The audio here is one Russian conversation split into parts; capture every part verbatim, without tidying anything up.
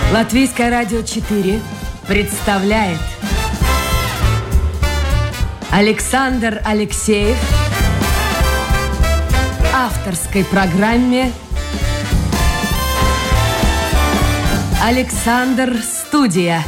Латвийское радио четыре представляет Александр Алексеев в авторской программе «Александр Студия».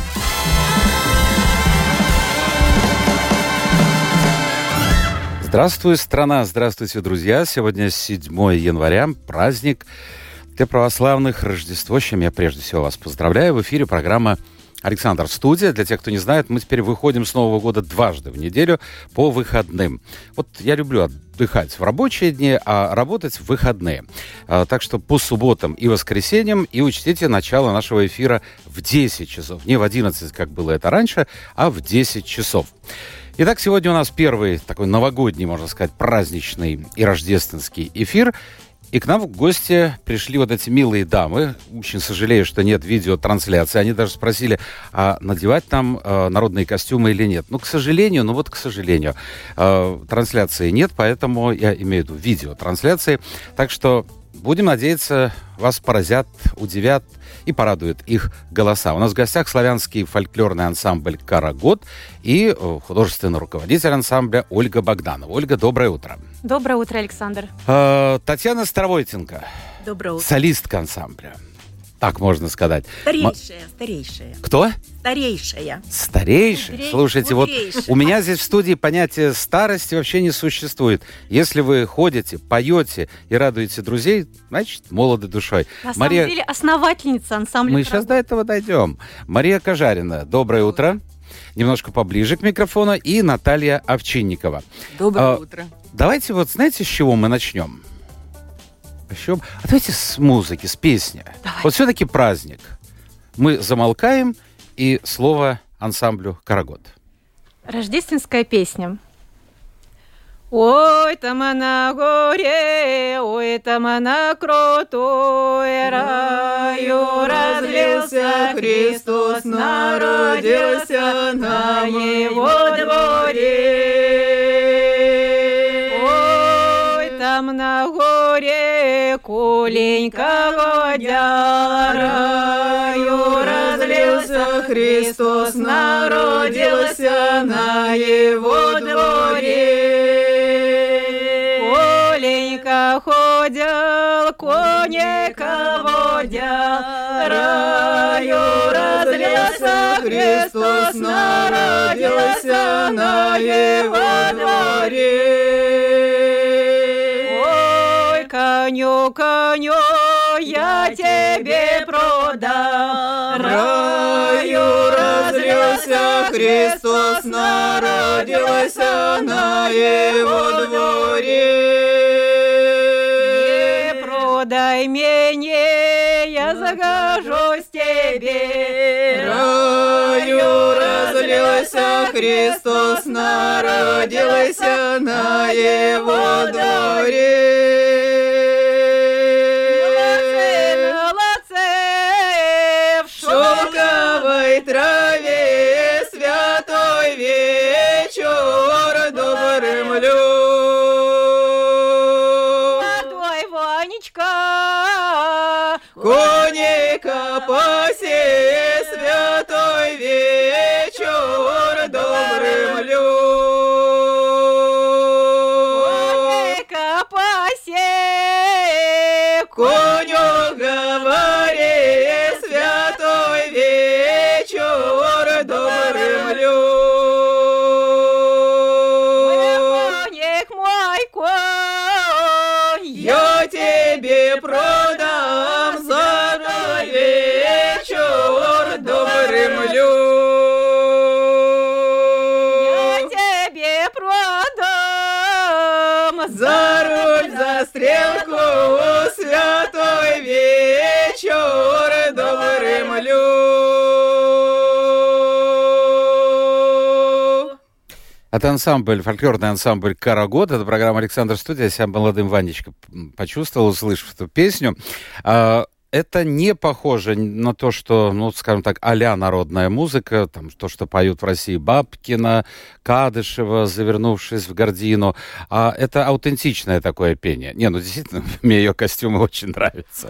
Здравствуй, страна! Здравствуйте, друзья! Сегодня седьмое января, праздник для православных, Рождество, с чем я прежде всего вас поздравляю. В эфире программа «Александр Студия». Для тех, кто не знает, мы теперь выходим с Нового года дважды в неделю по выходным. Вот я люблю отдыхать в рабочие дни, а работать в выходные. А, так что по субботам и воскресеньям, и учтите начало нашего эфира в десять часов. Не в одиннадцать, как было это раньше, а в десять часов. Итак, сегодня у нас первый такой новогодний, можно сказать, праздничный и рождественский эфир. И к нам в гости пришли вот эти милые дамы. Очень сожалею, что нет видеотрансляции. Они даже спросили, а надевать там э, народные костюмы или нет. Ну, к сожалению, ну вот к сожалению, э, трансляции нет, поэтому я имею в виду видеотрансляции. Так что будем надеяться, вас поразят, удивят и порадуют их голоса. У нас в гостях славянский фольклорный ансамбль «Карагод» и художественный руководитель ансамбля Ольга Богданова. Ольга, доброе утро. Доброе утро, Александр. Э, Татьяна Старовойтенко. Доброе утро. Солистка ансамбля. Так можно сказать. Старейшая, М- старейшая. Кто? Старейшая. Старейшая? Мудрей... Слушайте, мудрейшая. вот у меня здесь в студии понятие старости вообще не существует. Если вы ходите, поете и радуете друзей, значит, молоды душой. На Мария... самом деле, основательница ансамбля Мы «Карагод». сейчас до этого дойдем. Мария Кажарина, доброе утро. Немножко поближе к микрофону. И Наталья Овчинникова. Доброе а, утро. Давайте вот, знаете, с чего мы начнем? А давайте с музыки, с песни. Давай. Вот все-таки праздник. Мы замолкаем, и слово ансамблю «Карагод». Рождественская песня. Ой, там на горе, ой, там на крутой раю разлился Христос, народился на его дворе. Ой, там на горе куленька годя, раю разлился Христос, народился на его дворе. Ходил, коника водя, раю разлился Христос, народился на его дворе. Ой, коню, коню, я тебе продам, раю разлился Христос, народился на его дворе. Дай мне, я загожусь тебе. Раю разлился Христос, народился на его дворе. Молодцы, молодцы, в шелковой траве святой вечер добрым людям. Коника пасе святой вечер добрым людям. Коника пасе, коню говори, святой вечер добрым людям. Коник мой, конь, я тебе продам за вечер добрым людям. Я тебе продам за руль, за стрелку, святой вечер добрым людям. Это ансамбль, фольклорный ансамбль «Карагод». Это программа «Александр Студия». Я себя молодым Ванечка почувствовал, услышав эту песню. это не похоже на то, что, ну, скажем так, а-ля народная музыка, там, то, что поют в России Бабкина, Кадышева, завернувшись в гардину. А это аутентичное такое пение. Не, ну, действительно, мне ее костюмы очень нравятся.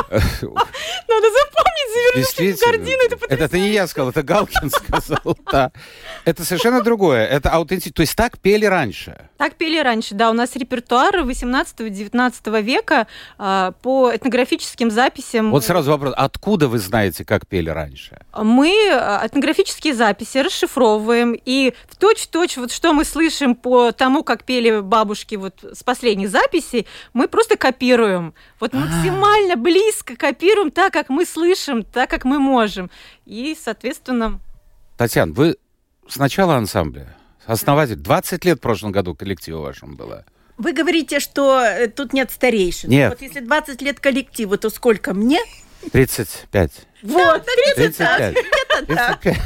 Надо запомнить, завернувшись в гардину, это потрясающе. Это не я сказал, это Галкин сказал, да. Это совершенно другое, это аутентично. То есть так пели раньше? Так пели раньше, да. У нас репертуар восемнадцатого-девятнадцатого века э, по этнографическим записям. Вот сразу вопрос, откуда вы знаете, как пели раньше? Мы этнографические записи расшифровываем, и в точь-в-точь, вот что мы слышим по тому, как пели бабушки вот с последних записей, мы просто копируем. Вот максимально близко копируем так, как мы слышим, так, как мы можем. И, соответственно... Татьяна, вы с начала ансамбля, основатель, двадцать лет в прошлом году коллективу вашему было. Вы говорите, что э, тут нет старейшин. Нет. Вот если двадцать лет коллективу, то сколько мне? тридцать пять. Вот, тридцать пять. тридцать пять.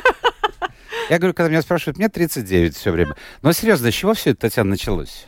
Я говорю, когда меня спрашивают, мне тридцать девять все время. Но серьезно, с чего все это, Татьяна, началось?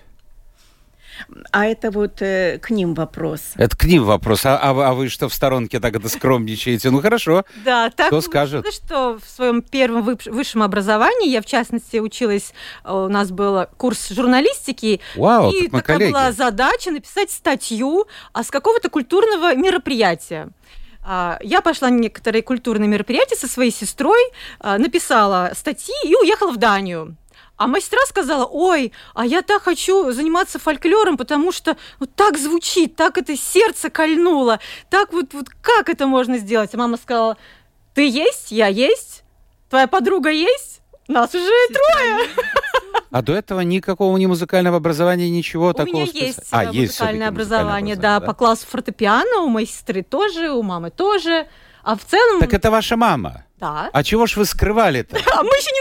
А это вот э, к ним вопрос. Это к ним вопрос. А, а, вы, а вы что в сторонке так это скромничаете? Ну хорошо. Да, так Кто скажет? Что в своем первом высшем образовании я, в частности, училась, у нас был курс журналистики, Вау, и так мы такая коллеги. была задача написать статью а с какого-то культурного мероприятия. Я пошла на некоторые культурные мероприятия со своей сестрой, написала статьи и уехала в Данию. А моя сестра сказала: ой, а я так хочу заниматься фольклором, потому что вот так звучит, так это сердце кольнуло, так вот, вот как это можно сделать? А мама сказала: ты есть, я есть, твоя подруга есть, нас уже трое. А до этого никакого ни музыкального образования, ничего у такого? меня специ... есть а, музыкальное есть образование, образование, да, да, по классу фортепиано, у моей сестры тоже, у мамы тоже. А в целом... Так это ваша мама? Да. А чего ж вы скрывали-то? А мы еще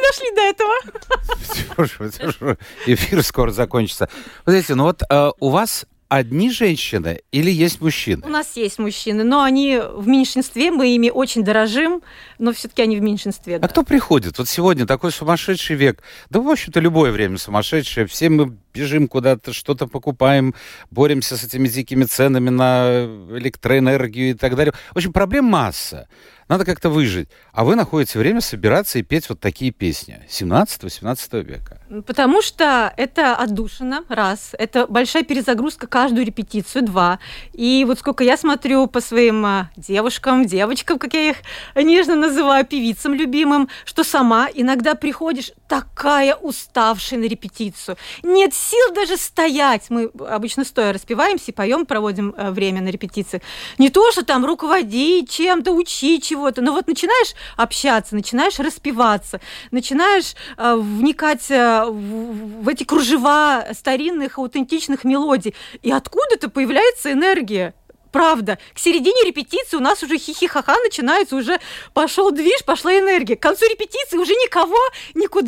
не дошли до этого. Эфир скоро закончится. Вот знаете, ну вот э, у вас одни женщины или есть мужчины? У нас есть мужчины, но они в меньшинстве, мы ими очень дорожим, но все-таки они в меньшинстве. Да. А кто приходит? Вот сегодня такой сумасшедший век. Да, в общем-то, любое время сумасшедшее. Все мы бежим куда-то, что-то покупаем, боремся с этими дикими ценами на электроэнергию и так далее. В общем, проблем масса. Надо как-то выжить. А вы находите время собираться и петь вот такие песни семнадцатого-восемнадцатого века. Потому что это отдушина, раз. Это большая перезагрузка каждую репетицию, два. И вот сколько я смотрю по своим девушкам, девочкам, как я их нежно называю, певицам любимым, что сама иногда приходишь такая уставшая на репетицию. Нет сил даже стоять. Мы обычно стоя распеваемся и поем, проводим время на репетициях. Не то, что там руководить чем-то, учить чего-то, но вот начинаешь общаться, начинаешь распеваться, начинаешь э, вникать э, в, в эти кружева старинных, аутентичных мелодий, и откуда-то появляется энергия. Правда, к середине репетиции у нас уже хихи-ха-ха начинается, уже пошел движ, пошла энергия. К концу репетиции уже никого никуда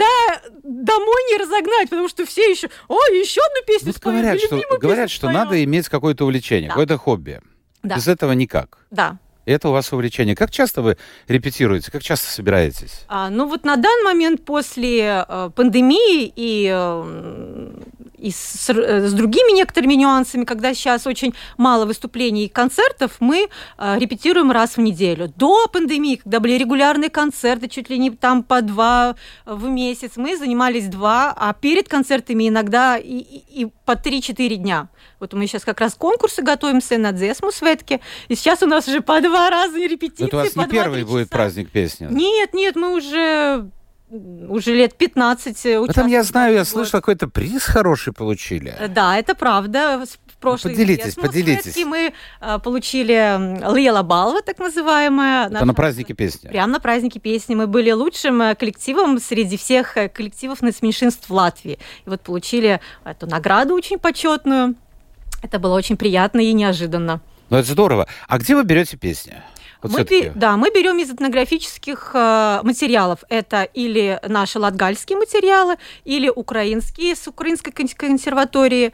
домой не разогнать, потому что все еще, о, еще одну песню Вот споем, говорят, что, говорят, что споем. надо иметь какое-то увлечение, Да. какое-то хобби. Да. Без этого никак. Да. Это у вас увлечение. Как часто вы репетируете? Как часто собираетесь? А, ну вот на данный момент после э, пандемии и, э, и с, с другими некоторыми нюансами, когда сейчас очень мало выступлений и концертов, мы э, репетируем раз в неделю. До пандемии, когда были регулярные концерты, чуть ли не там по два в месяц, мы занимались два, а перед концертами иногда и, и, и по три-четыре дня. Вот мы сейчас как раз конкурсы готовимся на Дзесму Светке, и сейчас у нас уже по два раза репетиции. Это у вас по не первый два-три будет часа. праздник песни? Нет, нет, мы уже, уже лет пятнадцать участвуем. Ну, там я знаю, я слышала, какой-то приз хороший получили. Да, это правда. В прошлый Поделитесь, Дзесму поделитесь. Светке мы а, получили Лейла Балова, так называемая. Это на празднике песни? Прямо на празднике песни. Мы были лучшим коллективом среди всех коллективов нацменьшинств в Латвии. И вот получили эту награду очень почетную. Это было очень приятно и неожиданно. Ну, это здорово. А где вы берете песни? Вот мы, всё-таки. бе- да, мы берем из этнографических э, материалов. Это или наши латгальские материалы, или украинские с Украинской кон- консерватории,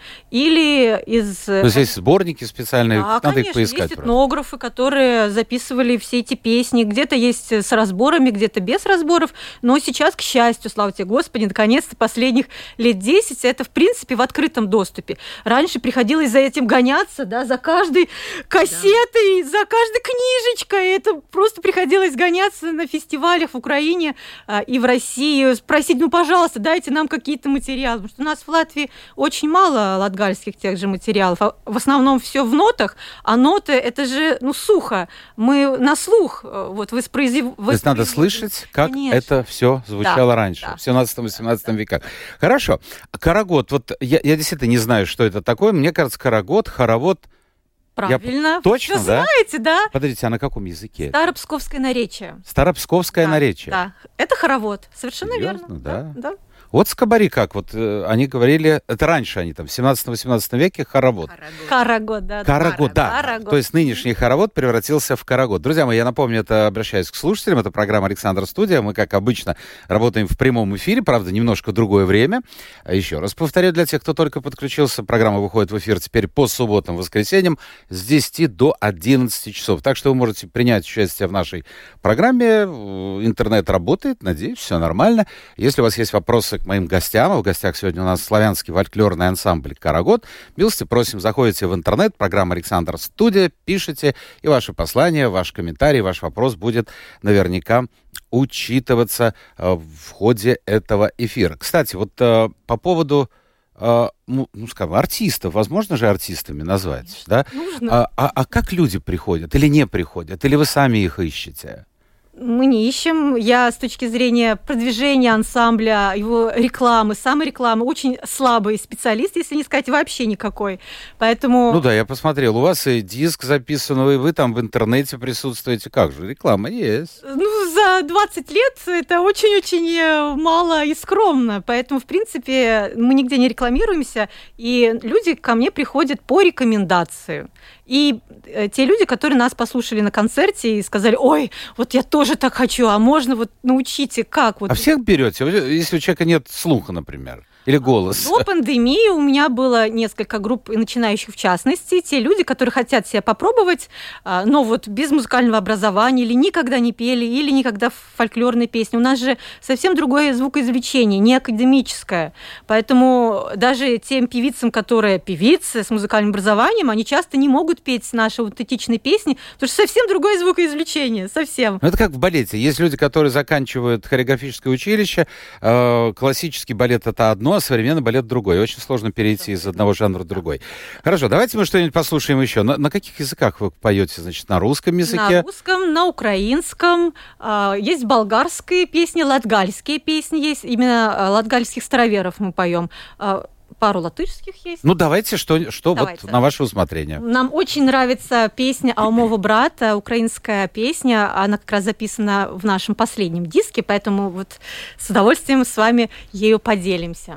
или из... То есть есть сборники специальные, Да, надо конечно, их поискать есть просто. этнографы, которые записывали все эти песни. Где-то есть с разборами, где-то без разборов. Но сейчас, к счастью, слава тебе, Господи, наконец-то последних лет десять это, в принципе, в открытом доступе. Раньше приходилось за этим гоняться, да, за каждой кассетой, за каждой книжечкой. Это просто приходилось гоняться на фестивалях в Украине а, и в России, спросить, ну, пожалуйста, дайте нам какие-то материалы. Потому что у нас в Латвии очень мало латгальских тех же материалов. А в основном все в нотах, а ноты, это же, ну, сухо. Мы на слух э, вот воспроизводим. То есть надо слышать, как Конечно. это все звучало Да, раньше, да. в семнадцатом-восемнадцатом веках. Хорошо. А карагод, вот я, я действительно не знаю, что это такое. Мне кажется, карагод, хоровод. Правильно. Точно, Всё да? знаете, да? Подождите, а на каком языке? это? Старопсковское наречие. Старопсковское Да, наречие. Да, это хоровод. Совершенно Серьезно, верно. да? да. Вот скобари как, вот э, они говорили, это раньше они там, в семнадцатом-восемнадцатом веке хоровод. Карагод, да. Карагод, да. Карагод. То есть нынешний хоровод превратился в карагод. Друзья мои, я напомню, это обращаюсь к слушателям, это программа «Александр Студия». Мы, как обычно, работаем в прямом эфире, правда, немножко другое время. А еще раз повторю для тех, кто только подключился, программа выходит в эфир теперь по субботам, воскресеньям с десяти до одиннадцати часов. Так что вы можете принять участие в нашей программе. Интернет работает, надеюсь, все нормально. Если у вас есть вопросы к моим гостям, а в гостях сегодня у нас славянский фольклорный ансамбль «Карагод», милости просим, заходите в интернет, программа «Александр Студия», пишите, и ваше послание, ваш комментарий, ваш вопрос будет наверняка учитываться э, в ходе этого эфира. Кстати, вот э, по поводу, э, ну, ну, скажем, артистов, возможно же артистами назвать, да? Нужно. А, а, а как люди приходят или не приходят? Или вы сами их ищете? Мы не ищем. Я с точки зрения продвижения ансамбля, его рекламы, саморекламы, очень слабый специалист, если не сказать вообще никакой. Поэтому... Ну да, я посмотрел, у вас и диск записан, и вы там в интернете присутствуете. Как же, реклама есть. Ну, за двадцать лет это очень-очень мало и скромно. Поэтому, в принципе, мы нигде не рекламируемся, и люди ко мне приходят по рекомендации. И э, те люди, которые нас послушали на концерте и сказали, ой, вот я тоже так хочу, а можно вот научите, как вот... А всех берете, если у человека нет слуха, например, или голоса? До пандемии у меня было несколько групп, и начинающих в частности, те люди, которые хотят себя попробовать, а, но вот без музыкального образования, или никогда не пели, или никогда фольклорные песни. У нас же совсем другое звукоизвлечение, не академическое. Поэтому даже тем певицам, которые певицы с музыкальным образованием, они часто не могут петь наши аутентичные песни, потому что совсем другое звукоизвлечение, совсем. Ну, это как в балете. Есть люди, которые заканчивают хореографическое училище, э, классический балет — это одно, а современный балет — другой. Очень сложно перейти из одного жанра в другой. Хорошо, давайте мы что-нибудь послушаем еще. На, на каких языках вы поете? Значит, на русском языке? На русском, на украинском. а, Есть болгарские песни, латгальские песни есть. Именно а, латгальских староверов мы поем. А, Пару латышских есть. Ну, давайте, что, что Давайте. вот на ваше усмотрение. Нам очень нравится песня «Аумова брата», украинская песня. Она как раз записана в нашем последнем диске, поэтому вот с удовольствием с вами ею поделимся.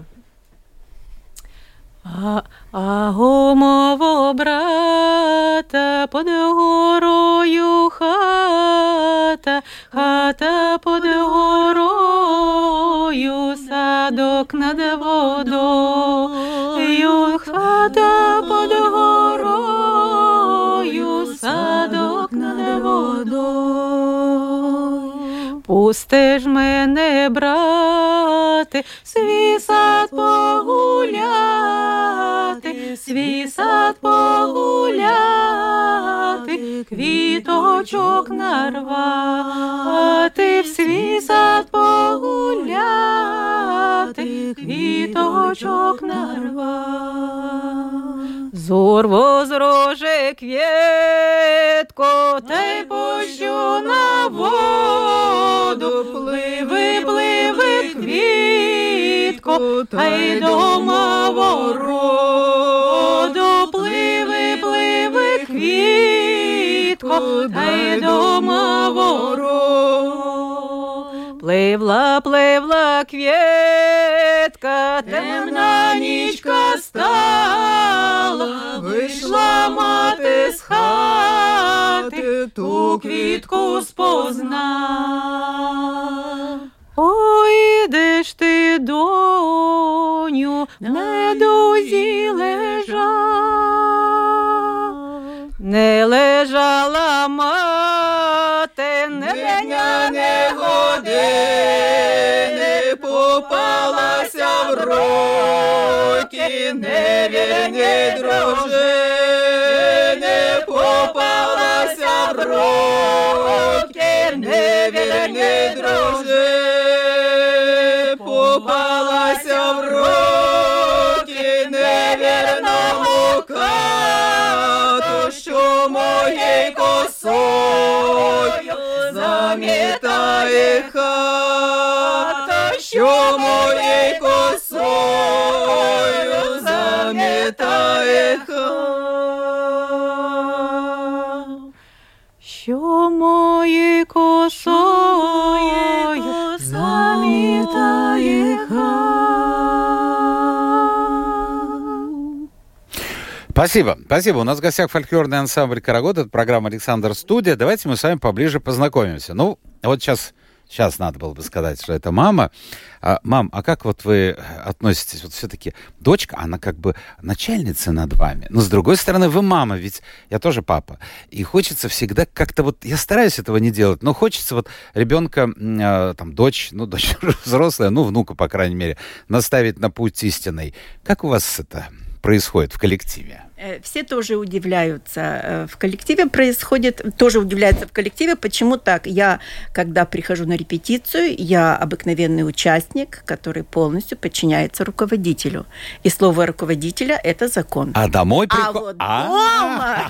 Аумова брата, под горою хата, хата под горою, садок над водою, хата под горою, садок над водою. Пусти ж мене, брате, свій сад погуляти, свій сад погуляти, квіточок нарвати, в свій сад погуляти, квіточок нарвати. Зорво з роже квітко, та й пущу на воду, пливи, пливи, квітко, та й до мого роду, пливи, пливи, квітко, та й до мого роду. Пливла, пливла квітка, темна нічка стала, вийшла мати з хати, ту квітку спозна. Ой, де ж ти, доню, в недузі лежав. Не лежала мати, не дня, не години, попалася в руки, невірні дружини, попалася в руки, невірні дружини, попалася в руки, невірному кату, що моєю косою замітає хата, що моєю косою замітає хата, що моєю косою замітає хата. Спасибо, спасибо. У нас в гостях фольклорный ансамбль «Карагод». Это программа «Александр Студия». Давайте мы с вами поближе познакомимся. Ну, вот сейчас, сейчас надо было бы сказать, что это мама. А, мам, а как вот вы относитесь? Вот все-таки дочка, она как бы начальница над вами. Но с другой стороны, вы мама, ведь я тоже папа. И хочется всегда как-то вот... Я стараюсь этого не делать, но хочется вот ребенка, э, там, дочь, ну, дочь взрослая, ну, внука, по крайней мере, наставить на путь истинный. Как у вас это происходит в коллективе? Все тоже удивляются. В коллективе происходит, тоже удивляются в коллективе, почему так. Я, когда прихожу на репетицию, я обыкновенный участник, который полностью подчиняется руководителю. И слово руководителя – это закон. А домой А приход... вот дома...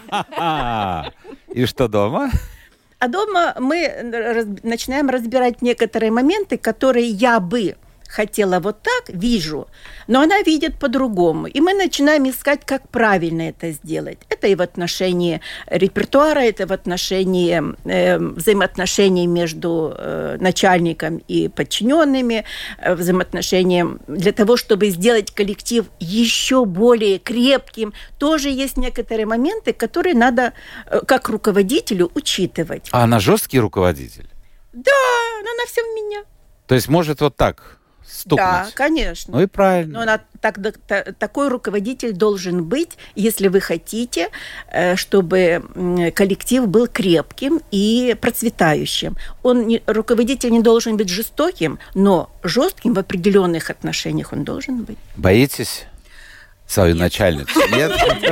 И что дома? А дома мы начинаем разбирать некоторые моменты, которые я бы хотела вот так, вижу, но она видит по-другому. И мы начинаем искать, как правильно это сделать. Это и в отношении репертуара, это в отношении э, взаимоотношений между э, начальником и подчиненными, э, взаимоотношения для того, чтобы сделать коллектив еще более крепким. Тоже есть некоторые моменты, которые надо, э, как руководителю, учитывать. А она жесткий руководитель? Да, но она все в меня. То есть может вот так стукнуть? Да, конечно. Ну и правильно. Но она, так, та, такой руководитель должен быть, если вы хотите, чтобы коллектив был крепким и процветающим. Он не, руководитель не должен быть жестоким, но жестким в определенных отношениях он должен быть. Боитесь свою Нет. начальницу? Нет?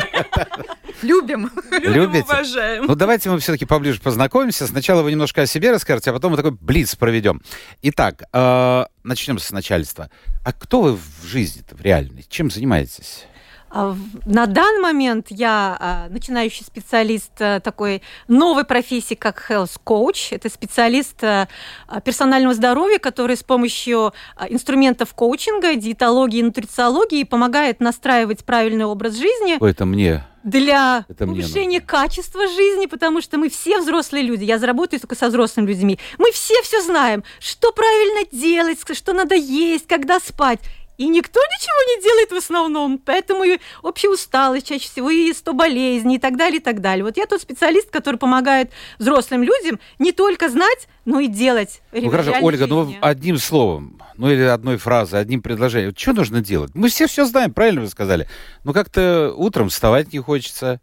Любим. Любите? Уважаем. Ну, давайте мы все-таки поближе познакомимся. Сначала вы немножко о себе расскажете, а потом мы такой блиц проведем. Итак, э, начнем с начальства. А кто вы в жизни-то, в реальной? Чем занимаетесь? На данный момент я начинающий специалист такой новой профессии, как health coach. Это специалист персонального здоровья, который с помощью инструментов коучинга, диетологии и нутрициологии помогает настраивать правильный образ жизни. Ой, это мне. Для это повышения качества жизни, потому что мы все взрослые люди. Я заработаю только со взрослыми людьми. Мы все все знаем, что правильно делать, что надо есть, когда спать. И никто ничего не делает в основном, поэтому и общая усталость чаще всего, и сто болезней, и так далее, и так далее. Вот я тот специалист, который помогает взрослым людям не только знать, но и делать. Ну хорошо, Ольга, ну одним словом, ну или одной фразой, одним предложением. Что нужно делать? Мы все все знаем, правильно вы сказали. Но как-то утром вставать не хочется,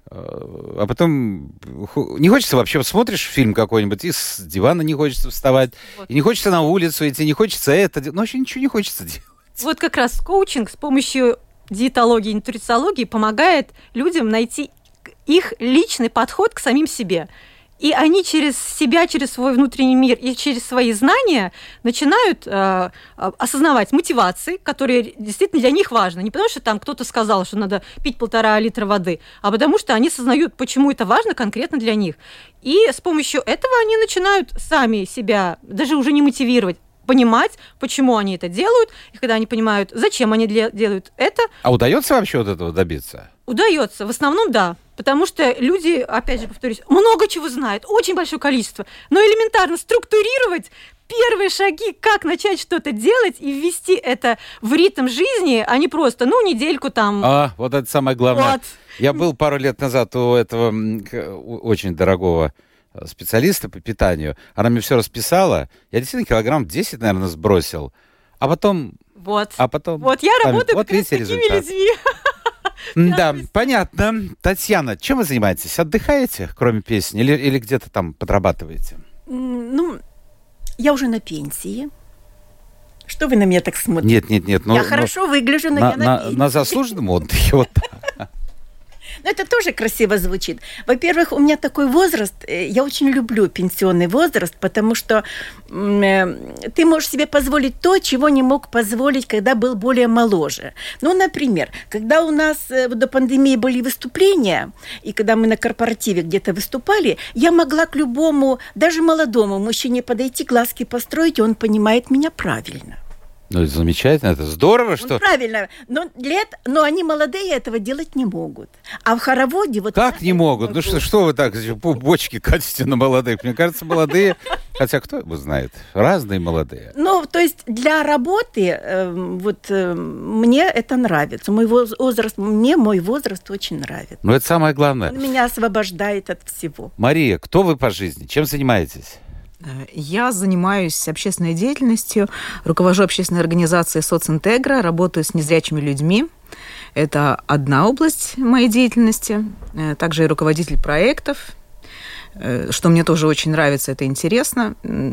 а потом не хочется вообще, смотришь фильм какой-нибудь, и с дивана не хочется вставать, вот. И не хочется на улицу идти, не хочется это, ну вообще ничего не хочется делать. Вот как раз коучинг с помощью диетологии и нутрициологии помогает людям найти их личный подход к самим себе. И они через себя, через свой внутренний мир и через свои знания начинают э, осознавать мотивации, которые действительно для них важны. Не потому что там кто-то сказал, что надо пить полтора литра воды, а потому что они осознают, почему это важно конкретно для них. И с помощью этого они начинают сами себя даже уже не мотивировать, понимать, почему они это делают, и когда они понимают, зачем они делают это. А удается вообще вот этого добиться? Удается. В основном, да. Потому что люди, опять же повторюсь, много чего знают, очень большое количество. Но элементарно структурировать первые шаги, как начать что-то делать и ввести это в ритм жизни, а не просто, ну, недельку там. А, вот это самое главное. Вот. Я был пару лет назад у этого очень дорогого специалиста по питанию. Она мне все расписала. Я действительно килограмм десять, наверное, сбросил. А потом... Вот. А потом... Вот я работаю вот как раз с такими результат. людьми. Да, понятно. Татьяна, чем вы занимаетесь? Отдыхаете, кроме песни? Или, или где-то там подрабатываете? Ну, я уже на пенсии. Что вы на меня так смотрите? Нет, нет, нет. Ну, я ну, хорошо выгляжу, но на, я на, на, пенсии. на заслуженном отдыхе. Вот. Но это тоже красиво звучит. Во-первых, у меня такой возраст, я очень люблю пенсионный возраст, потому что э, ты можешь себе позволить то, чего не мог позволить, когда был более моложе. Ну, например, когда у нас э, до пандемии были выступления, и когда мы на корпоративе где-то выступали, я могла к любому, даже молодому мужчине подойти, глазки построить, и он понимает меня правильно. Ну, это замечательно, это здорово, что... Он правильно, но, лет, но они молодые этого делать не могут. А в хороводе... вот Как не могут? Ну что, что вы так бочки катите на молодых? Мне кажется, молодые... Хотя кто его знает? Разные молодые. Ну, то есть для работы э, вот э, мне это нравится. Мой возраст, мне мой возраст очень нравится. Ну, это самое главное. Он меня освобождает от всего. Мария, кто вы по жизни? Чем занимаетесь? Я занимаюсь общественной деятельностью, руковожу общественной организацией «Социнтегра», работаю с незрячими людьми. Это одна область моей деятельности. Также и руководитель проектов, что мне тоже очень нравится, это интересно.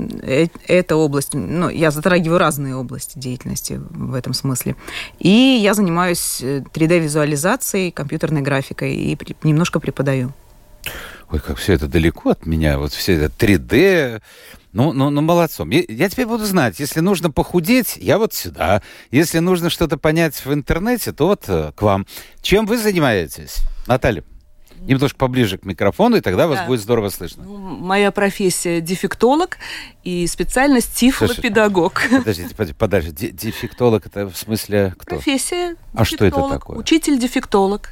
Эта область, ну, я затрагиваю разные области деятельности в этом смысле. И я занимаюсь три дэ-визуализацией, компьютерной графикой и немножко преподаю. Ой, как все это далеко от меня, вот все это три дэ. Ну, ну, ну, молодцом. Я, я теперь буду знать, если нужно похудеть, я вот сюда. Если нужно что-то понять в интернете, то вот э, к вам. Чем вы занимаетесь, Наталья? Немножко поближе к микрофону, и тогда вас да. будет здорово слышно. Ну, моя профессия дефектолог и специальность тифлопедагог. Подождите, подождите. Дефектолог это в смысле кто? Профессия А что это такое? Учитель-дефектолог.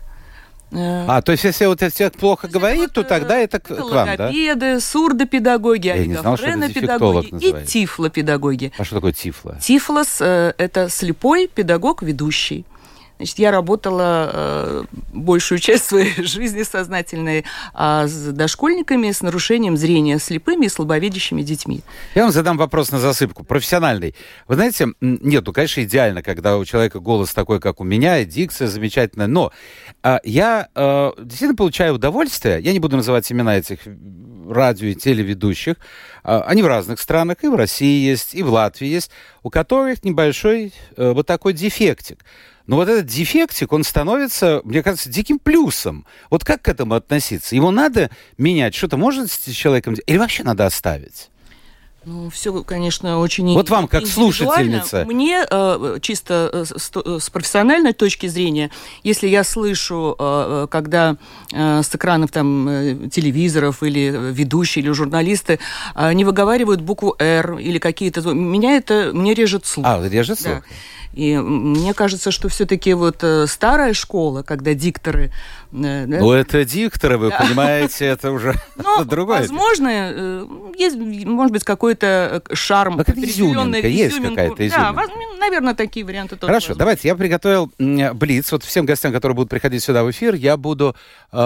А, то есть если вот все плохо говорит, то тогда это к, к вам, да? Логопеды, сурдопедагоги, олигофренопедагоги и тифлопедагоги. А что такое тифло? Тифлос – это слепой педагог-ведущий. Значит, я работала э, большую часть своей жизни сознательной э, с дошкольниками с нарушением зрения, слепыми и слабовидящими детьми. Я вам задам вопрос на засыпку, профессиональный. Вы знаете, нет, ну, конечно, идеально, когда у человека голос такой, как у меня, и дикция замечательная, но э, я э, действительно получаю удовольствие, я не буду называть имена этих радио- и телеведущих, э, они в разных странах, и в России есть, и в Латвии есть, у которых небольшой э, вот такой дефектик. Но вот этот дефектик, он становится, мне кажется, диким плюсом. Вот как к этому относиться? Его надо менять? Что-то можно с человеком делать? Или вообще надо оставить? Ну, все, конечно, очень Вот вам, как слушательница. Мне э, чисто э, с, с профессиональной точки зрения, если я слышу, э, когда э, с экранов там, э, телевизоров или ведущие, или журналисты э, не выговаривают букву «Р» или какие-то... Меня это... Мне режет слух. А, режет слух? Да. И мне кажется, что все-таки вот э, старая школа, когда дикторы... Э, да, ну, это дикторы, вы да. понимаете, это уже другое. Возможно, э, есть, может быть, какой-то шарм. Как изюминка, есть какая-то изюминка. Да, наверное, такие варианты тоже. Хорошо, возможны. Давайте, я приготовил блиц. Вот всем гостям, которые будут приходить сюда в эфир, я буду...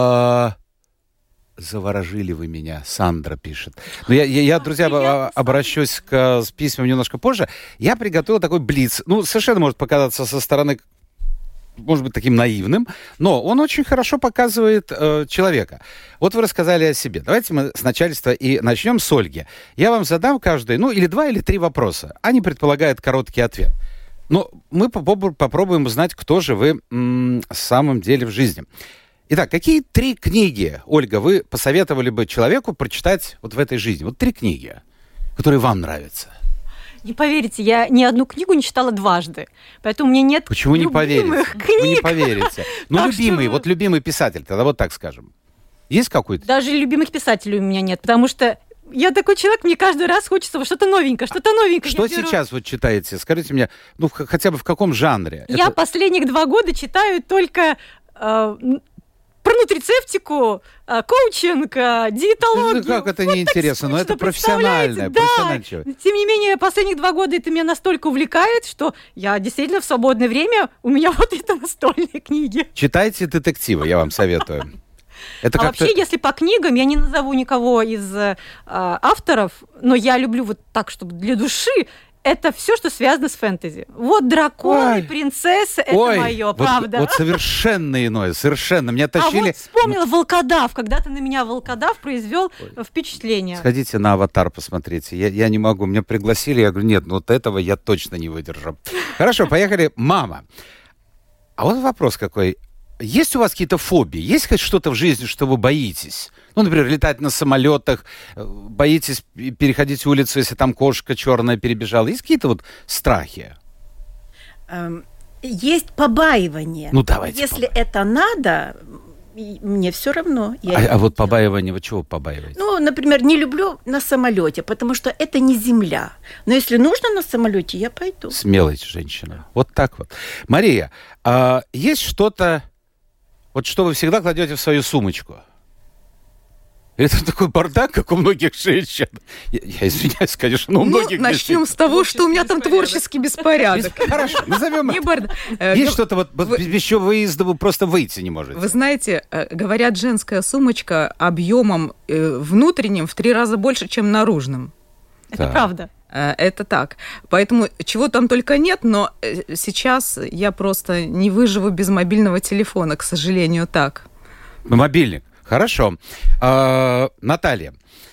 Э, Заворожили вы меня, Сандра пишет. Но я, я, я друзья, Приятно, обращусь к с письмам немножко позже. Я приготовил такой блиц. Ну, совершенно может показаться со стороны, может быть, таким наивным, но он очень хорошо показывает э, человека. Вот вы рассказали о себе. Давайте мы с начальства и начнем с Ольги. Я вам задам каждый, ну, или два, или три вопроса. Они предполагают короткий ответ. Но мы попробуем узнать, кто же вы м- в самом деле в жизни. Итак, какие три книги, Ольга, вы посоветовали бы человеку прочитать вот в этой жизни? Вот три книги, которые вам нравятся. Не поверите, я ни одну книгу не читала дважды, поэтому у меня нет Почему не поверите? Книг. Вы не поверите. Ну, любимый, что... вот любимый писатель, тогда вот так скажем. Есть какой-то? Даже любимых писателей у меня нет, потому что я такой человек, мне каждый раз хочется что-то новенькое, что-то новенькое. Что сейчас вы читаете? Скажите мне, ну, хотя бы в каком жанре? Я Это... последних два года читаю только... Э, про нутрицептику, коучинг, диетологию. Ну, как это вот неинтересно, но это профессиональное. Да. профессиональное. Тем не менее, последние два года это меня настолько увлекает, что я действительно в свободное время, у меня вот это настольные книги. Читайте детективы, я вам советую. Это а как-то... вообще, если по книгам, я не назову никого из э, авторов, но я люблю вот так, чтобы для души. Это все, что связано с фэнтези. Вот драконы, Ой. принцессы, это Ой, мое, вот, правда. Вот совершенно иное, совершенно. Меня А тащили... вот вспомнила волкодав. Когда-то на меня волкодав произвел Ой. впечатление. Сходите на «Аватар», посмотрите. Я, я не могу, меня пригласили, я говорю, нет, ну вот этого я точно не выдержу. Хорошо, поехали. Мама. А вот вопрос какой. Есть у вас какие-то фобии? Есть хоть что-то в жизни, что вы боитесь? Ну, например, летать на самолетах, боитесь переходить улицу, если там кошка черная перебежала. Есть какие-то вот страхи? Эм, есть побаивание. Ну, давайте. Если это надо, и мне все равно. Я А, это а вот делаю. побаивание, вы чего побаиваете? Ну, например, не люблю на самолете, потому что это не земля. Но если нужно на самолете, я пойду. Смелая женщина. Вот так вот. Мария, а есть что-то, вот что вы всегда кладете в свою сумочку? Это такой бардак, как у многих женщин. Я, я извиняюсь, конечно, но у Ну, многих начнем с того, что у меня там творческий беспорядок. Хорошо, назовем Не это. бардак. Э, Есть гов- что-то вот, вот вы- без чего выезда вы просто выйти не можете. Вы знаете, э, говорят, женская сумочка объемом э, внутренним в три раза больше, чем наружным. Это Да. правда. Э, Это так. Поэтому чего там только нет, но э, сейчас я просто не выживу без мобильного телефона, к сожалению, так. Мобильник. Хорошо. А, Наталья,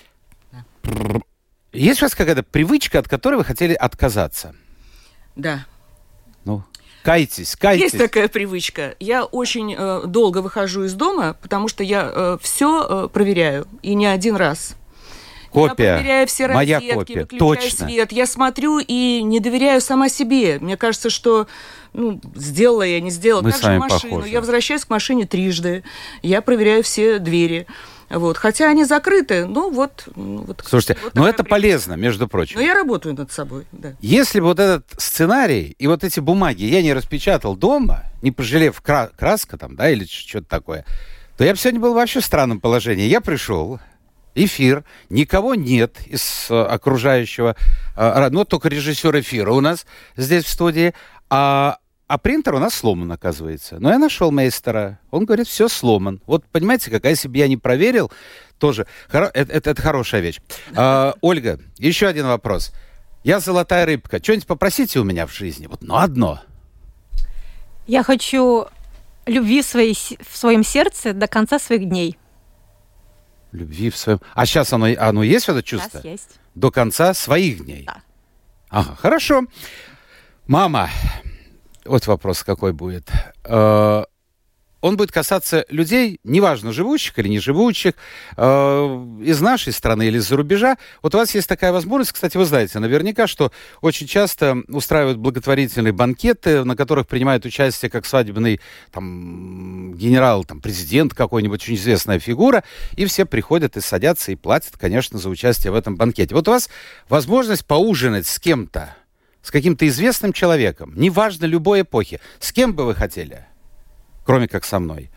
есть у вас какая-то привычка, от которой вы хотели отказаться? Да. Ну, кайтесь, кайтесь. Есть такая привычка. Я очень э, долго выхожу из дома, потому что я все э, проверяю, и не один раз. Копия. Я проверяю все Моя розетки, копия. выключаю Точно. свет. Я смотрю и не доверяю сама себе. Мне кажется, что ну, сделала я, не сделала. Мы Так с же вами машину. похожи. Я возвращаюсь к машине трижды. Я проверяю все двери. Вот. Хотя они закрыты, ну вот... ну, вот Слушайте, вот но такая это привычка. полезно, между прочим. Но я работаю над собой, да. Если бы вот этот сценарий и вот эти бумаги я не распечатал дома, не пожалев кра- краска там, да, или что-то такое, то я бы сегодня был вообще в странном положении. Я пришел, эфир, никого нет из э, окружающего, э, ну, только режиссер эфира у нас здесь в студии, а, а принтер у нас сломан, оказывается. Но я нашел мейстера, он говорит, все сломан. Вот понимаете, как, а если бы я не проверил, тоже, хоро- это, это, это хорошая вещь. А, Ольга, еще один вопрос. Я золотая рыбка. Что-нибудь попросите у меня в жизни? Вот, ну, одно. Я хочу любви в, своей, с- в своем сердце до конца своих дней. Любви в своем... А сейчас оно, оно есть, это чувство? Сейчас есть. До конца своих дней? Да. Ага, хорошо. Мама, вот вопрос какой будет. Э, Он будет касаться людей, неважно, живущих или не живущих, э, из нашей страны или из-за рубежа. Вот у вас есть такая возможность, кстати, вы знаете наверняка, что очень часто устраивают благотворительные банкеты, на которых принимает участие как свадебный там, генерал, там, президент какой-нибудь, очень известная фигура, и все приходят и садятся и платят, конечно, за участие в этом банкете. Вот у вас возможность поужинать с кем-то, с каким-то известным человеком, неважно, любой эпохи. С кем бы вы хотели? Кроме как со мной.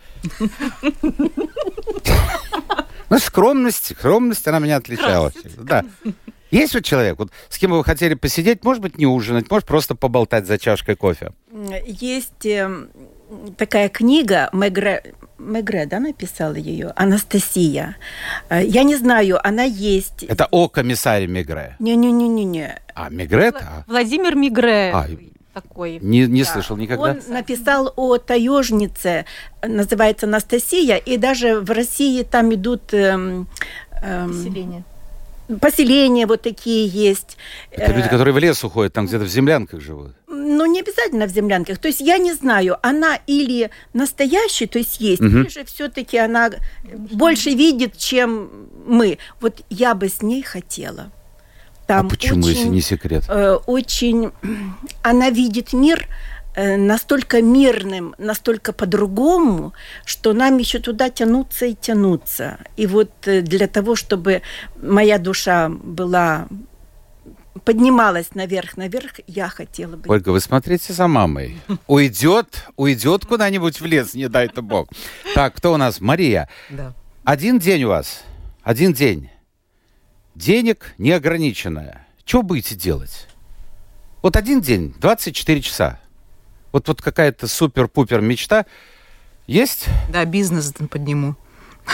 Ну, скромность, скромность, она меня отличала. Да. Есть вот человек, вот, с кем бы вы хотели посидеть, может быть, не ужинать, может, просто поболтать за чашкой кофе? Есть э, такая книга, Мегре, Мегре, да, написала ее, «Анастасия». Э, Я не знаю, она есть. Это о комиссаре Мегре. Не-не-не-не-не. А, Мегре это? Владимир Мигре А, такой. Не, не Да. слышал никогда. Он написал о таежнице, называется Анастасия, и даже в России там идут эм, эм, Поселение. поселения вот такие есть. Это люди, которые в лес уходят, там где-то в землянках живут. Ну, не обязательно в землянках. То есть я не знаю, она или настоящая, то есть есть, Мгм. или же все-таки она больше видит, чем мы. Вот я бы с ней хотела. Там А почему, очень, если не секрет? э, очень она видит мир э, настолько мирным, настолько по-другому, что нам еще туда тянуться и тянуться. И вот э, для того, чтобы моя душа была поднималась наверх-наверх, я хотела бы... Ольга, вы смотрите за мамой. Уйдет, уйдет куда-нибудь в лес, не дай-то бог. Так, кто у нас? Мария. Да. Один день у вас. Один день. Денег неограниченное. Что будете делать? Вот один день, двадцать четыре часа. Вот, вот какая-то супер-пупер мечта есть? Да, бизнес подниму.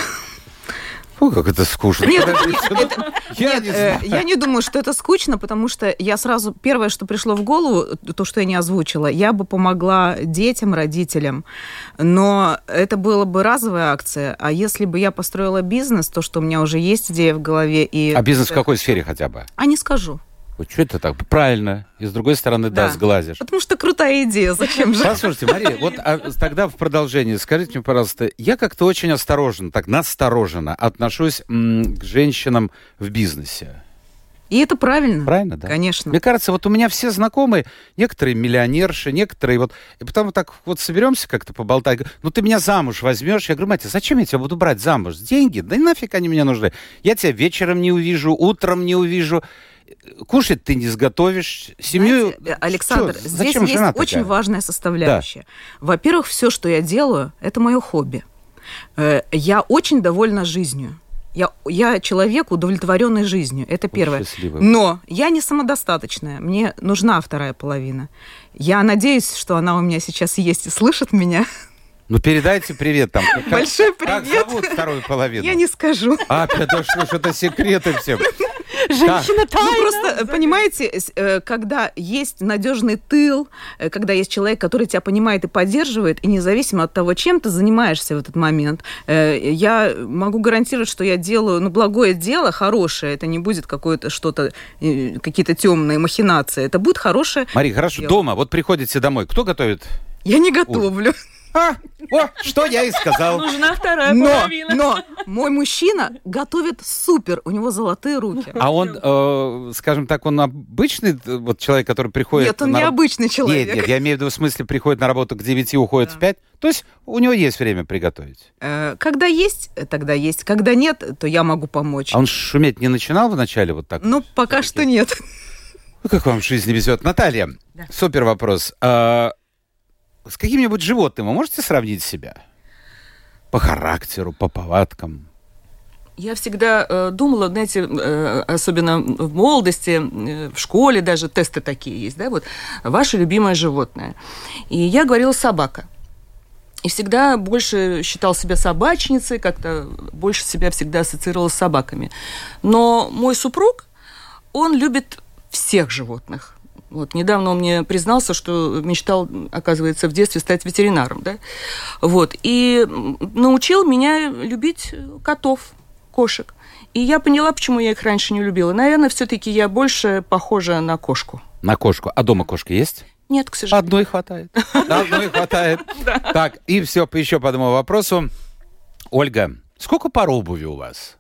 О, как это скучно. Нет, Подождите, ну, это- я Нет, не э, знаю. я не думаю, что это скучно, потому что я сразу... Первое, что пришло в голову, то, что я не озвучила, я бы помогла детям, родителям, но это была бы разовая акция. А если бы я построила бизнес, то, что у меня уже есть идея в голове... И... А бизнес в какой сфере хотя бы? А не скажу. Вот что это так? Правильно. И с другой стороны, да, Да. сглазишь. Потому что крутая идея, зачем же? Послушайте, Мария, вот а, тогда в продолжение скажите мне, пожалуйста, я как-то очень осторожно, так настороженно отношусь м, к женщинам в бизнесе. И это правильно. Правильно, да? Конечно. Мне кажется, вот у меня все знакомые, некоторые миллионерши, некоторые вот... И потом так вот соберемся как-то поболтать. Ну, ты меня замуж возьмешь. Я говорю, мать, а зачем я тебя буду брать замуж? Деньги? Да и нафиг они мне нужны. Я тебя вечером не увижу, утром не увижу. Кушать ты не сготовишь. Семью... Знаете, Александр, Что? здесь Зачем есть жена очень такая? важная составляющая. Во-первых, все, что я делаю, это мое хобби. Э, Я очень довольна жизнью. Я, я человек, удовлетворенный жизнью. Это первое. счастливый. Но я не самодостаточная. Мне нужна вторая половина. Я надеюсь, что она у меня сейчас есть и слышит меня. Ну, передайте привет там. Как- Большой Как привет. зовут вторую половину? Я не скажу. А, да что ж, это секреты все. Женщина Ну, тайна. просто, понимаете, с- э, когда есть надежный тыл, э, когда есть человек, который тебя понимает и поддерживает, и независимо от того, чем ты занимаешься в этот момент, э, я могу гарантировать, что я делаю, ну, благое дело, хорошее, это не будет какое-то что-то, э, какие-то темные махинации, это будет хорошее. Мария, хорошо, дело. дома, вот приходите домой, кто готовит? Я не готовлю. А, о, что я и сказал. Нужна вторая Но, половина. но мой мужчина готовит супер, у него золотые руки. А он, э, скажем так, он обычный э, вот человек, который приходит... Нет, он на раб- необычный человек. Нет, нет, я имею в виду в смысле приходит на работу к девяти, уходит в пять. То есть у него есть время приготовить. Э, Когда есть, тогда есть. Когда нет, то я могу помочь. А он шуметь не начинал вначале вот так? Ну, пока что нет. Ну, как вам в жизни везет. Наталья, супер вопрос. А, с каким-нибудь животным вы можете сравнить себя? По характеру, по повадкам? Я всегда э, думала, знаете, э, особенно в молодости, э, в школе даже тесты такие есть, да, вот, ваше любимое животное. И я говорила собака. И всегда больше считал себя собачницей, как-то больше себя всегда ассоциировала с собаками. Но мой супруг, он любит всех животных. Вот, недавно он мне признался, что мечтал, оказывается, в детстве стать ветеринаром, да? Вот, и научил меня любить котов, кошек. И я поняла, почему я их раньше не любила. Наверное, все-таки я больше похожа на кошку. На кошку. А дома кошка есть? Нет, к сожалению. Одной хватает. Одной хватает. Так, и все, еще по одному вопросу. Ольга, сколько пар обуви у вас?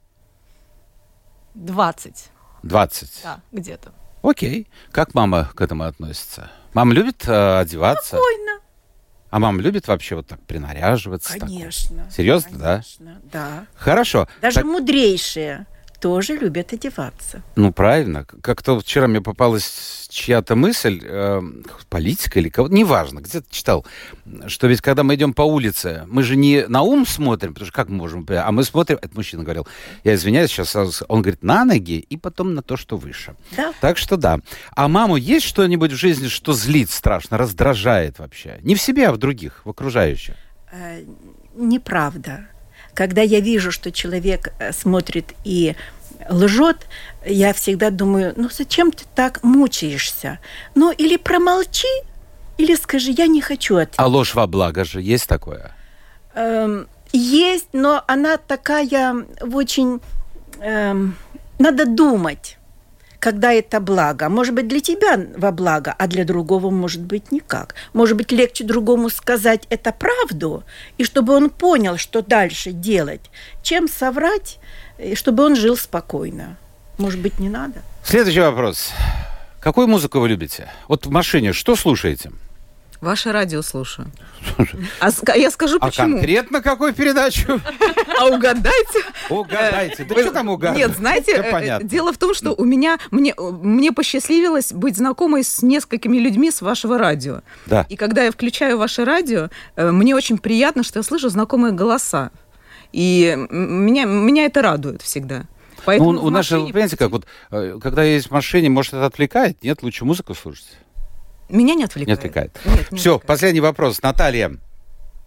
двадцать. двадцать. Да, где-то. Окей. Как мама к этому относится? Мама любит э, одеваться? Спокойно. А мама любит вообще вот так принаряживаться? так вот? Конечно. Серьезно, да? Конечно, да. Хорошо. Даже Так, мудрейшие тоже любят одеваться. ну, правильно. Как-то вчера мне попалась чья-то мысль, э, политика или кого-то, неважно, где-то читал, что ведь когда мы идем по улице, мы же не на ум смотрим, потому что как мы можем, а мы смотрим, это мужчина говорил, я извиняюсь, сейчас он говорит, на ноги и потом на то, что выше. Да. Так что да. А маму есть что-нибудь в жизни, что злит страшно, раздражает вообще? Не в себе, а в других, в окружающих. Э, Неправда. Когда я вижу, что человек э, смотрит и лжет, я всегда думаю, ну зачем ты так мучаешься? Ну или промолчи, или скажи, я не хочу ответить. А ложь во благо же есть такое? Эм, есть, но она такая очень... эм, надо думать, когда это благо. Может быть, для тебя во благо, а для другого может быть никак. Может быть, легче другому сказать это правду, и чтобы он понял, что дальше делать, чем соврать, и чтобы он жил спокойно. Может быть, не надо? Следующий вопрос. Какую музыку вы любите? Вот в машине что слушаете? Ваше радио слушаю. А ска- я скажу, А почему. конкретно какую передачу? А угадайте. Угадайте. Да что там угадать? Нет, знаете, Всё э, понятно. дело в том, что у меня, мне, мне посчастливилось быть знакомой с несколькими людьми с вашего радио. Да. И когда я включаю ваше радио, э, мне очень приятно, что я слышу знакомые голоса. И м- меня, меня это радует всегда. Ну, Поэтому у в нас же, машине понимаете, как вот, э, когда я есть в машине, может, это отвлекает? Нет, лучше музыку слушать. Меня не Не отвлекает. отвлекает. Нет, не Все, отвлекает. последний вопрос. Наталья,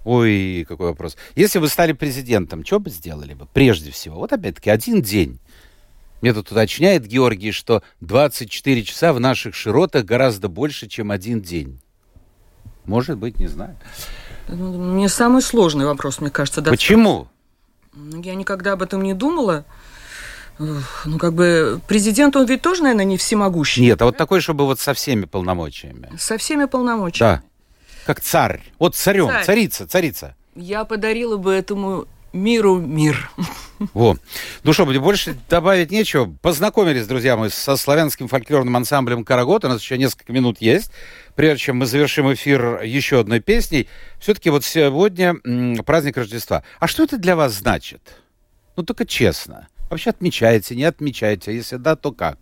Ой, какой вопрос. Если вы стали президентом, что бы сделали бы прежде всего? Вот опять-таки один день. Мне тут уточняет Георгий, что двадцать четыре часа в наших широтах гораздо больше, чем один день. Может быть, не знаю. Мне самый сложный вопрос, мне кажется. Да. Почему? Я никогда об этом не думала. Ну, как бы, президент, он ведь тоже, наверное, не всемогущий. Нет, а вот такой, чтобы вот со всеми полномочиями. Со всеми полномочиями. Да. Как царь. Вот царем, Царь. царица, царица. Я подарила бы этому миру мир. Во. Ну что, больше добавить нечего. Познакомились, друзья мои, со славянским фольклорным ансамблем «Карагод». У нас еще несколько минут есть. Прежде чем мы завершим эфир еще одной песней, все-таки вот сегодня м, праздник Рождества. А что это для вас значит? Ну, только честно. Вообще отмечаете, не отмечаете? Если да, то как?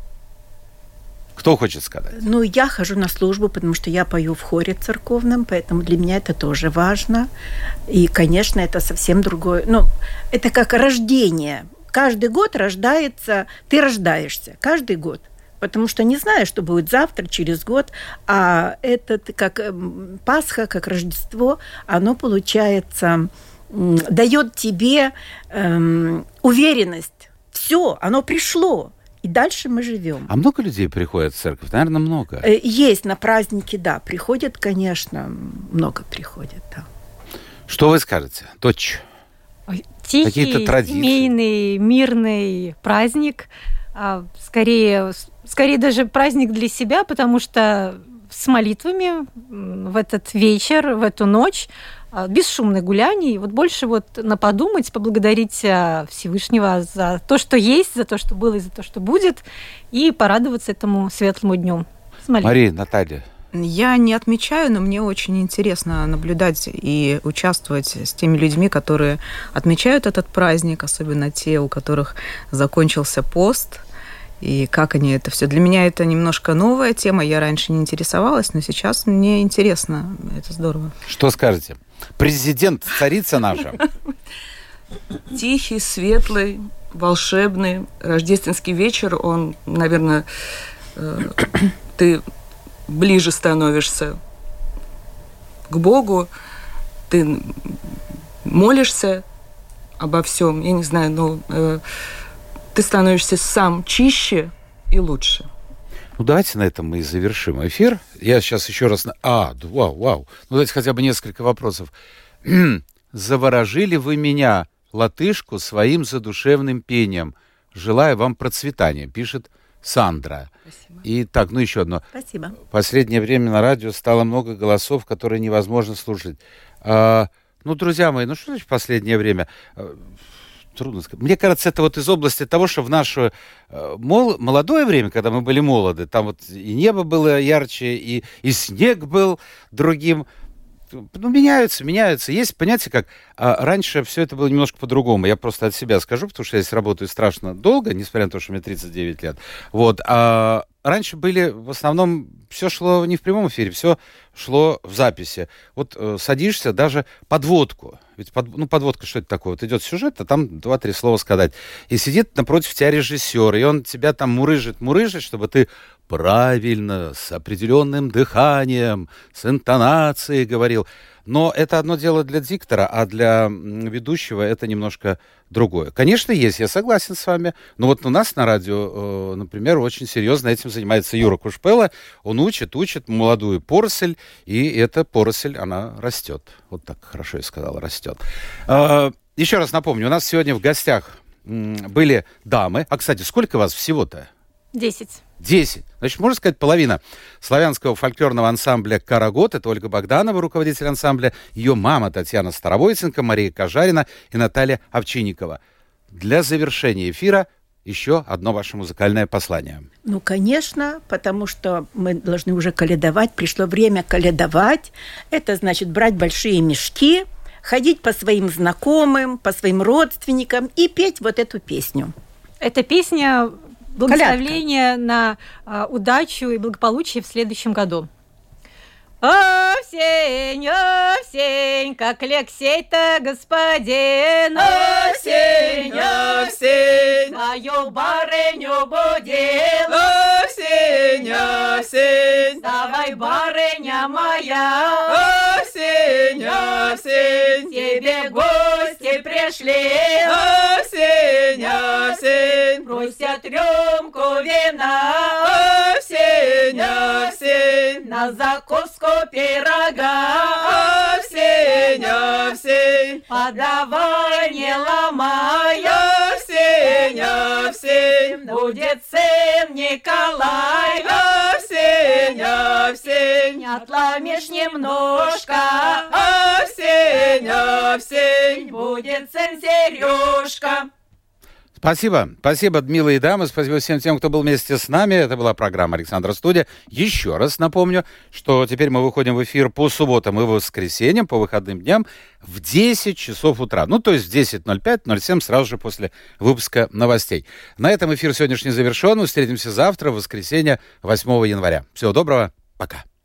Кто хочет сказать? Ну, я хожу на службу, потому что я пою в хоре церковном, поэтому для меня это тоже важно. И, конечно, это совсем другое. Ну, это как рождение. Каждый год рождается, ты рождаешься, каждый год. Потому что не знаешь, что будет завтра, через год. А это как Пасха, как Рождество, оно, получается, дает тебе эм, уверенность. Все, оно пришло. И дальше мы живем. А много людей приходят в церковь? Наверное, много. Есть на праздники, да. Приходят, конечно, много приходят, да. Что вы скажете, дочь? Тихий, какие-то традиции. Семейный, мирный праздник. Скорее, скорее даже праздник для себя, потому что с молитвами в этот вечер, в эту ночь, бесшумных гуляний, вот больше вот на подумать, поблагодарить Всевышнего за то, что есть, за то, что было и за то, что будет, и порадоваться этому светлому дню. Мария, Наталья. Я не отмечаю, но мне очень интересно наблюдать и участвовать с теми людьми, которые отмечают этот праздник, особенно те, у которых закончился пост, и как они это все. Для меня это немножко новая тема, я раньше не интересовалась, но сейчас мне интересно, это здорово. Что скажете? Президент, царица наша. Тихий, светлый, волшебный рождественский вечер, он, наверное, э, ты ближе становишься к Богу, ты молишься обо всем, я не знаю, но э, ты становишься сам чище и лучше. Ну, давайте на этом мы и завершим эфир. Я сейчас еще раз... А, вау, вау. Ну, давайте хотя бы несколько вопросов. Заворожили вы меня, латышку, своим задушевным пением. Желаю вам процветания, пишет Сандра. Спасибо. И так, ну еще одно. Спасибо. В последнее время на радио стало много голосов, которые невозможно слушать. А, ну, друзья мои, ну что значит в последнее время? Трудно сказать. Мне кажется, это вот из области того, что в наше э, мол, молодое время, когда мы были молоды, там вот и небо было ярче, и, и снег был другим. Ну, меняются, меняются. Есть, понимаете, как а, раньше все это было немножко по-другому. Я просто от себя скажу, потому что я здесь работаю страшно долго, несмотря на то, что мне тридцать девять лет. Вот. А раньше были, в основном, все шло не в прямом эфире, все шло в записи. Вот э, садишься, даже подводку. Ведь под, ну, подводка, что это такое? Вот идет сюжет, а там два-три слова сказать. И сидит напротив тебя режиссер, и он тебя там мурыжит, мурыжит, чтобы ты правильно, с определенным дыханием, с интонацией говорил. Но это одно дело для диктора, а для ведущего это немножко другое. Конечно, есть, я согласен с вами. Но вот у нас на радио, например, очень серьезно этим занимается Юра Кушпела. Он учит, учит молодую поросль, и эта поросль, она растет. Вот так хорошо я сказал, растет. Еще раз напомню, у нас сегодня в гостях были дамы. А, кстати, сколько вас всего-то? Десять. Десять. Значит, можно сказать, половина славянского фольклорного ансамбля «Карагод». Это Ольга Богданова, руководитель ансамбля, ее мама Татьяна Старовойтенко, Мария Кажарина и Наталья Овчинникова. Для завершения эфира еще одно ваше музыкальное послание. Ну, конечно, потому что мы должны уже коледовать. Пришло время коледовать. Это значит брать большие мешки, ходить по своим знакомым, по своим родственникам и петь вот эту песню. Эта песня... Благословление на а, удачу и благополучие в следующем году. Овсень, овсень, как Алексей-то господин. Овсень, овсень, свою барыню будил. Овсень, овсень, давай, барыня моя. Овсень, осень, осень, тебе гости пришли, осень, осень, просят рюмку вина, осень, осень, на закуску пирога, осень, осень, подавай не ломай, осень, осень, будет сын Николай, осень, осень, не отломишь немножко, осень, осень, будет сын Сережка. Спасибо. Спасибо, милые дамы. Спасибо всем тем, кто был вместе с нами. Это была программа «Александра Студия». Еще раз напомню, что теперь мы выходим в эфир по субботам и воскресеньям, по выходным дням в десять часов утра. Ну, то есть в десять ноль пять ноль семь, сразу же после выпуска новостей. На этом эфир сегодняшний завершен. Встретимся завтра, в воскресенье, восьмого января. Всего доброго. Пока.